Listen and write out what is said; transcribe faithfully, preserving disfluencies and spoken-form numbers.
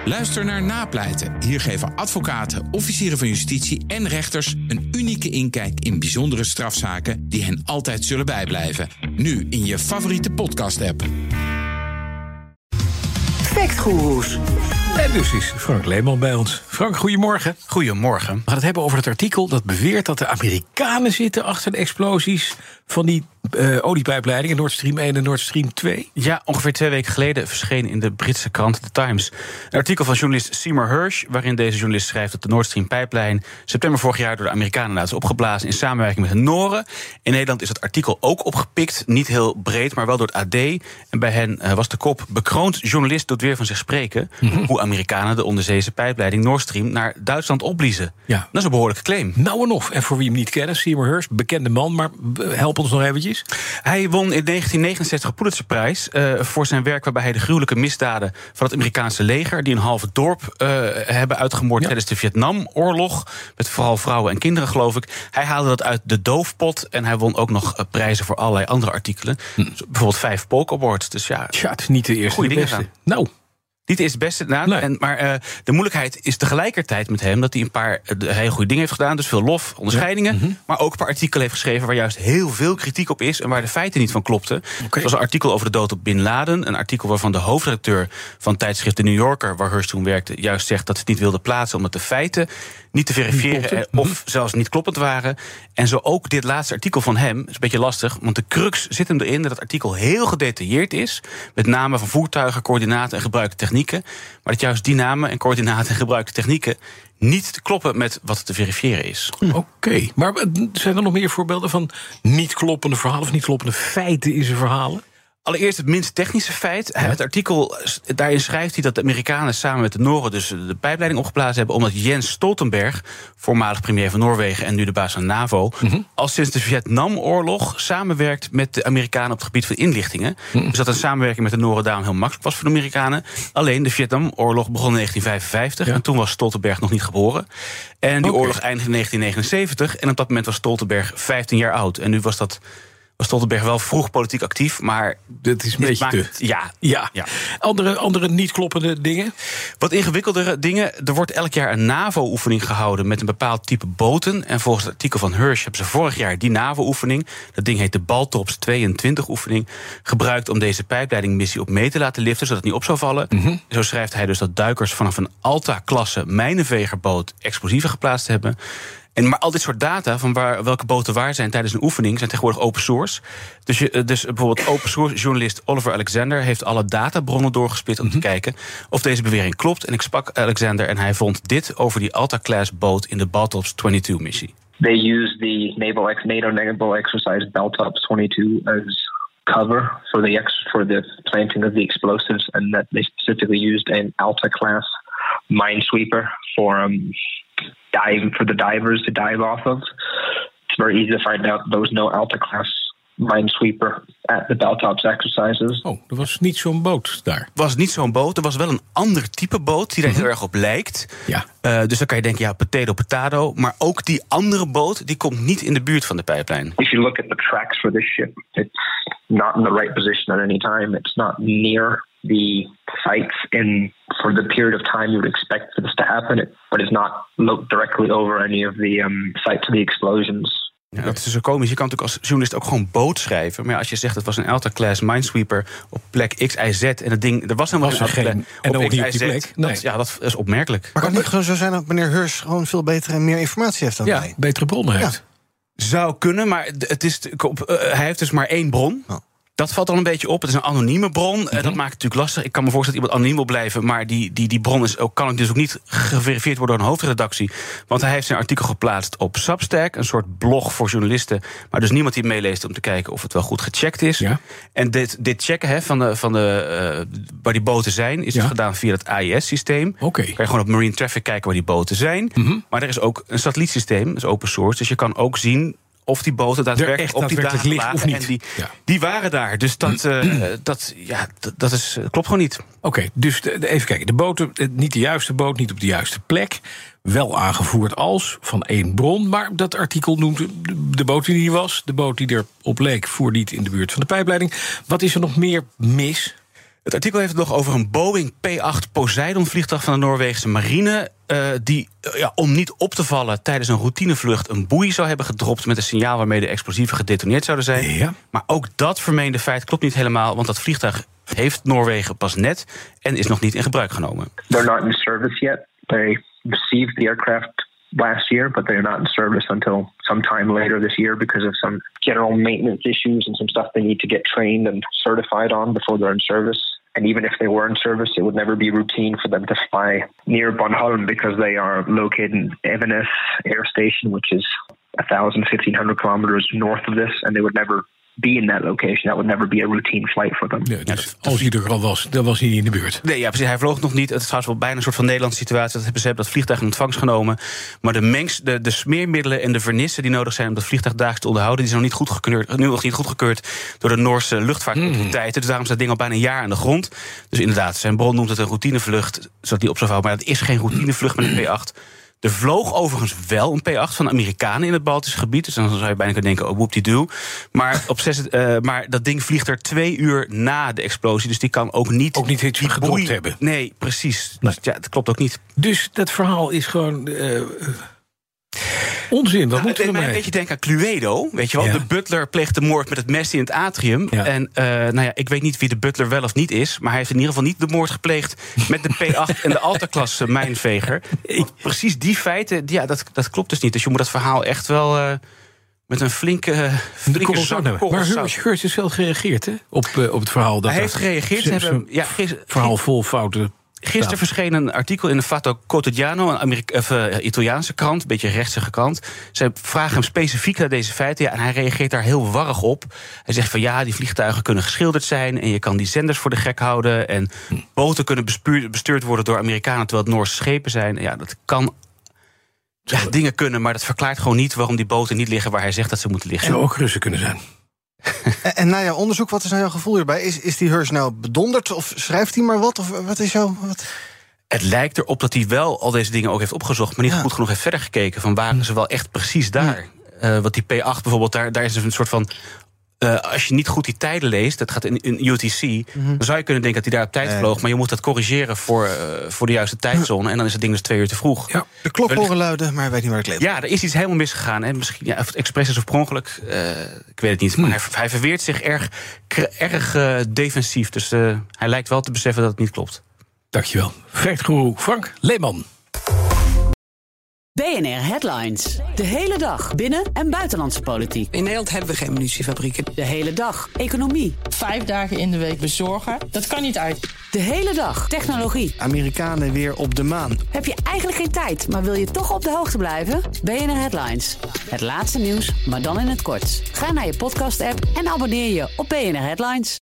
Luister naar Napleiten. Hier geven advocaten, officieren van justitie en rechters een unieke inkijk in bijzondere strafzaken die hen altijd zullen bijblijven. Nu in je favoriete podcast-app. Factgoeroes. En dus is Frank Leeman bij ons. Frank, goedemorgen. Goedemorgen. We gaan het hebben over het artikel dat beweert dat de Amerikanen zitten achter de explosies van die uh, oliepijpleidingen, Nord Stream één en Nord Stream twee. Ja, ongeveer twee weken geleden verscheen in de Britse krant The Times een artikel van journalist Seymour Hersh, waarin deze journalist schrijft dat de Nord Stream pijplijn september vorig jaar door de Amerikanen laten opgeblazen in samenwerking met de Noren. In Nederland is het artikel ook opgepikt, niet heel breed, maar wel door het A D. En bij hen uh, was de kop: bekroond journalist doet weer van zich spreken, mm-hmm. hoe Amerikanen de onderzeese pijpleiding Nord Stream naar Duitsland opbliezen. Ja. Dat is een behoorlijke claim. Nou en of. En voor wie hem niet kennen, Seymour Hersh, bekende man, maar help ons nog eventjes. Hij won in negentien negenenzestig de Pulitzerprijs uh, voor zijn werk waarbij hij de gruwelijke misdaden van het Amerikaanse leger, die een halve dorp uh, hebben uitgemoord ja. tijdens de Vietnamoorlog, met vooral vrouwen en kinderen, geloof ik. Hij haalde dat uit de doofpot en hij won ook nog uh, prijzen voor allerlei andere artikelen. Hm. Bijvoorbeeld vijf Polk Awards. Dus ja, Tja, het is niet de eerste goede de dingen beste. Nou. Niet is het beste, nou, nee. en, maar uh, de moeilijkheid is tegelijkertijd met hem dat hij een paar uh, heel goede dingen heeft gedaan. Dus veel lof, onderscheidingen. Ja. Mm-hmm. Maar ook een paar artikelen heeft geschreven waar juist heel veel kritiek op is en waar de feiten niet van klopten. Okay. Zoals een artikel over de dood op Bin Laden. Een artikel waarvan de hoofdredacteur van het tijdschrift The New Yorker, waar Hersh toen werkte, juist zegt dat ze het niet wilde plaatsen omdat de feiten niet te verifiëren niet of mm-hmm. zelfs niet kloppend waren. En zo ook dit laatste artikel van hem. Is een beetje lastig, want de crux zit hem erin dat het artikel heel gedetailleerd is, met namen van voertuigen, coördinaten en gebruikte technieken. Maar dat juist die namen en coördinaten en gebruikte technieken niet te kloppen met wat te verifiëren is. Hm. Oké, okay. Maar zijn er nog meer voorbeelden van niet kloppende verhalen of niet kloppende feiten in zijn verhalen? Allereerst het minst technische feit. Ja. Het artikel, daarin schrijft hij dat de Amerikanen samen met de Noren dus de pijpleiding opgeblazen hebben, omdat Jens Stoltenberg, voormalig premier van Noorwegen en nu de baas van NAVO, mm-hmm. al sinds de Vietnamoorlog samenwerkt met de Amerikanen op het gebied van inlichtingen. Mm-hmm. Dus dat een samenwerking met de Noren daarom heel makkelijk was voor de Amerikanen. Alleen de Vietnamoorlog begon in negentien vijfenvijftig ja. en toen was Stoltenberg nog niet geboren. En die okay. oorlog eindigde in negentien negenenzeventig en op dat moment was Stoltenberg vijftien jaar oud. En nu was dat was Stoltenberg wel vroeg politiek actief, maar dat is een beetje te. Het, ja, ja. ja. Andere, andere niet kloppende dingen? Wat ingewikkeldere dingen. Er wordt elk jaar een NAVO-oefening gehouden met een bepaald type boten. En volgens het artikel van Hersh hebben ze vorig jaar die NAVO-oefening, dat ding heet de Baltops tweeëntwintig-oefening, gebruikt om deze pijpleidingmissie op mee te laten liften, zodat het niet op zou vallen. Mm-hmm. Zo schrijft hij dus dat duikers vanaf een Alta-klasse mijnenvegerboot explosieven geplaatst hebben. En maar al dit soort data van waar, welke boten waar zijn tijdens een oefening zijn tegenwoordig open source. Dus, je, dus bijvoorbeeld open source journalist Oliver Alexander heeft alle databronnen doorgesplit om mm-hmm. te kijken of deze bewering klopt. En ik sprak Alexander en hij vond dit over die Alta-class boot in de Baltops tweeëntwintig-missie. They use the naval ex- NATO naval exercise Baltops twenty-two as cover for the ex- for the planting of the explosives, and that they specifically used an Alta-class minesweeper for um. dive for the divers to dive off of. It's very easy to find out there was no Alta-class minesweeper at the Baltops exercises. Oh, er was niet zo'n boot daar. Er was niet zo'n boot, er was wel een ander type boot die daar mm-hmm. heel erg op lijkt. Ja. Uh, dus dan kan je denken, ja, potato, potato. Maar ook die andere boot, die komt niet in de buurt van de pijplijn. If you look at the tracks for this ship, it's not in the right position at any time. It's not near the sites in for the period of time you would expect for this to happen, it, but it's not looked directly over any of the um, sites of the explosions. Ja, dat is zo komisch. Je kan natuurlijk als journalist ook gewoon boot schrijven. Maar ja, als je zegt het was een Alta-class minesweeper op plek X Y Z en het ding, er was helemaal was er geen en ook niet op die plek. Nee. Dat, ja, dat is opmerkelijk. Maar kan het niet zo zijn dat meneer Hersh gewoon veel betere en meer informatie heeft dan ja, wij? betere bronnen heeft. Ja. Zou kunnen, maar het is, uh, hij heeft dus maar één bron. Oh. Dat valt al een beetje op. Het is een anonieme bron. Mm-hmm. Dat maakt het natuurlijk lastig. Ik kan me voorstellen dat iemand anoniem wil blijven, maar die, die, die bron is ook, kan dus ook niet geverifieerd worden door een hoofdredactie. Want hij heeft zijn artikel geplaatst op Substack, een soort blog voor journalisten, maar dus niemand die het meeleest om te kijken of het wel goed gecheckt is. Ja. En dit, dit checken hè, van de, van de, uh, waar die boten zijn, is ja. dus gedaan via het A I S-systeem. Okay. Kan je gewoon op Marine Traffic kijken waar die boten zijn. Mm-hmm. Maar er is ook een satellietsysteem, dat is open source, dus je kan ook zien of die boten daadwerkelijk op die dagen lagen of niet. En die, ja. die waren daar. Dus dat, uh, dat, ja, dat, dat is, klopt gewoon niet. Oké, okay, dus de, de, even kijken. De boten, niet de juiste boot, niet op de juiste plek. Wel aangevoerd als van één bron. Maar dat artikel noemt de, de boot die er was. De boot die erop leek voer niet in de buurt van de pijpleiding. Wat is er nog meer mis? Het artikel heeft het nog over een Boeing P acht Poseidon vliegtuig van de Noorse marine, Uh, die, uh, ja, om niet op te vallen, tijdens een routinevlucht een boei zou hebben gedropt met een signaal waarmee de explosieven gedetoneerd zouden zijn. Ja. Maar ook dat vermeende feit klopt niet helemaal, want dat vliegtuig heeft Noorwegen pas net en is nog niet in gebruik genomen. They're not in service yet. They received the aircraft last year, but they're not in service until sometime later this year because of some general maintenance issues and some stuff they need to get trained and certified on before they're in service. And even if they were in service, it would never be routine for them to fly near Bornholm because they are located in Evenes Air Station, which is one thousand, fifteen hundred kilometers north of this, and they would never be in that location. That would never be a routine flight for them. Ja, dus ja, als hij er al was, dan was hij niet in de buurt. Nee, ja, precies. Hij vloog nog niet. Het is trouwens wel bijna een soort van Nederlandse situatie. Dat hebben ze hebben dat vliegtuig in ontvangst genomen. Maar de, mengs, de, de smeermiddelen en de vernissen die nodig zijn om dat vliegtuig dagelijks te onderhouden, die zijn nog niet goedgekeurd, nu nog niet goedgekeurd door de Noorse luchtvaartautoriteiten. Mm. Dus daarom staat het ding al bijna een jaar aan de grond. Dus inderdaad, zijn bron noemt het een routinevlucht, zodat die op zou houden. Maar dat is geen routinevlucht met een P acht. Er vloog overigens wel een P acht van Amerikanen in het Baltische gebied. Dus dan zou je bijna kunnen denken, oh, whoop-die-doo. Maar, op zes, uh, maar dat ding vliegt er twee uur na de explosie. Dus die kan ook niet... Ook niet iets gedropt boei... hebben. Nee, precies. Nee. Dus ja, dat klopt ook niet. Dus dat verhaal is gewoon... Uh, onzin, wat nou, moeten we mij mee? een beetje denken aan Cluedo, weet je wel. Ja. De butler pleegt de moord met het mes in het atrium. Ja. En uh, nou ja, ik weet niet wie de butler wel of niet is, maar hij heeft in ieder geval niet de moord gepleegd met de P acht en de Alta-klasse mijnveger. Want precies die feiten, ja, dat, dat klopt dus niet. Dus je moet dat verhaal echt wel uh, met een flinke, flinke zak korrels. Maar Hearst, Hearst is wel gereageerd, hè, op, uh, op het verhaal. Dat hij heeft gereageerd. Ze hebben, ja, verhaal vol fouten. Gisteren ja. verscheen een artikel in de Fatto Quotidiano, een Amerika- of, uh, Italiaanse krant, een beetje rechtsige krant. Ze vragen hem specifiek naar deze feiten, ja, en hij reageert daar heel warrig op. Hij zegt van ja, die vliegtuigen kunnen geschilderd zijn en je kan die zenders voor de gek houden en hm. boten kunnen bestuurd, bestuurd worden door Amerikanen terwijl het Noorse schepen zijn. Ja, dat kan ja, dingen kunnen, maar dat verklaart gewoon niet waarom die boten niet liggen waar hij zegt dat ze moeten liggen. Zou ook Russen kunnen zijn. En, en na jouw onderzoek, wat is nou jouw gevoel hierbij? Is, is die Hearst nou bedonderd of schrijft hij maar wat? Of wat is jouw... Wat? Het lijkt erop dat hij wel al deze dingen ook heeft opgezocht, maar niet ja. goed genoeg heeft verder gekeken van waren ze wel echt precies daar. Ja. Uh, wat die P acht bijvoorbeeld, daar, daar is een soort van... Uh, als je niet goed die tijden leest, dat gaat in, in U T C... Mm-hmm. dan zou je kunnen denken dat hij daar op tijd nee. vloog, maar je moet dat corrigeren voor, uh, voor de juiste tijdzone. En dan is het ding dus twee uur te vroeg. Ja, de klok horen luiden, maar hij weet niet waar het leeft. Ja, er is iets helemaal misgegaan. Hè. Misschien, ja, of het expres is of per ongeluk, uh, ik weet het niet. Maar hij, hij verweert zich erg, erg uh, defensief. Dus uh, hij lijkt wel te beseffen dat het niet klopt. Dankjewel. Factgoeroe Frank Leeman. B N R Headlines. De hele dag binnen- en buitenlandse politiek. In Nederland hebben we geen munitiefabrieken. De hele dag economie. Vijf dagen in de week bezorgen, dat kan niet uit. De hele dag technologie. Amerikanen weer op de maan. Heb je eigenlijk geen tijd, maar wil je toch op de hoogte blijven? B N R Headlines. Het laatste nieuws, maar dan in het kort. Ga naar je podcast-app en abonneer je op B N R Headlines.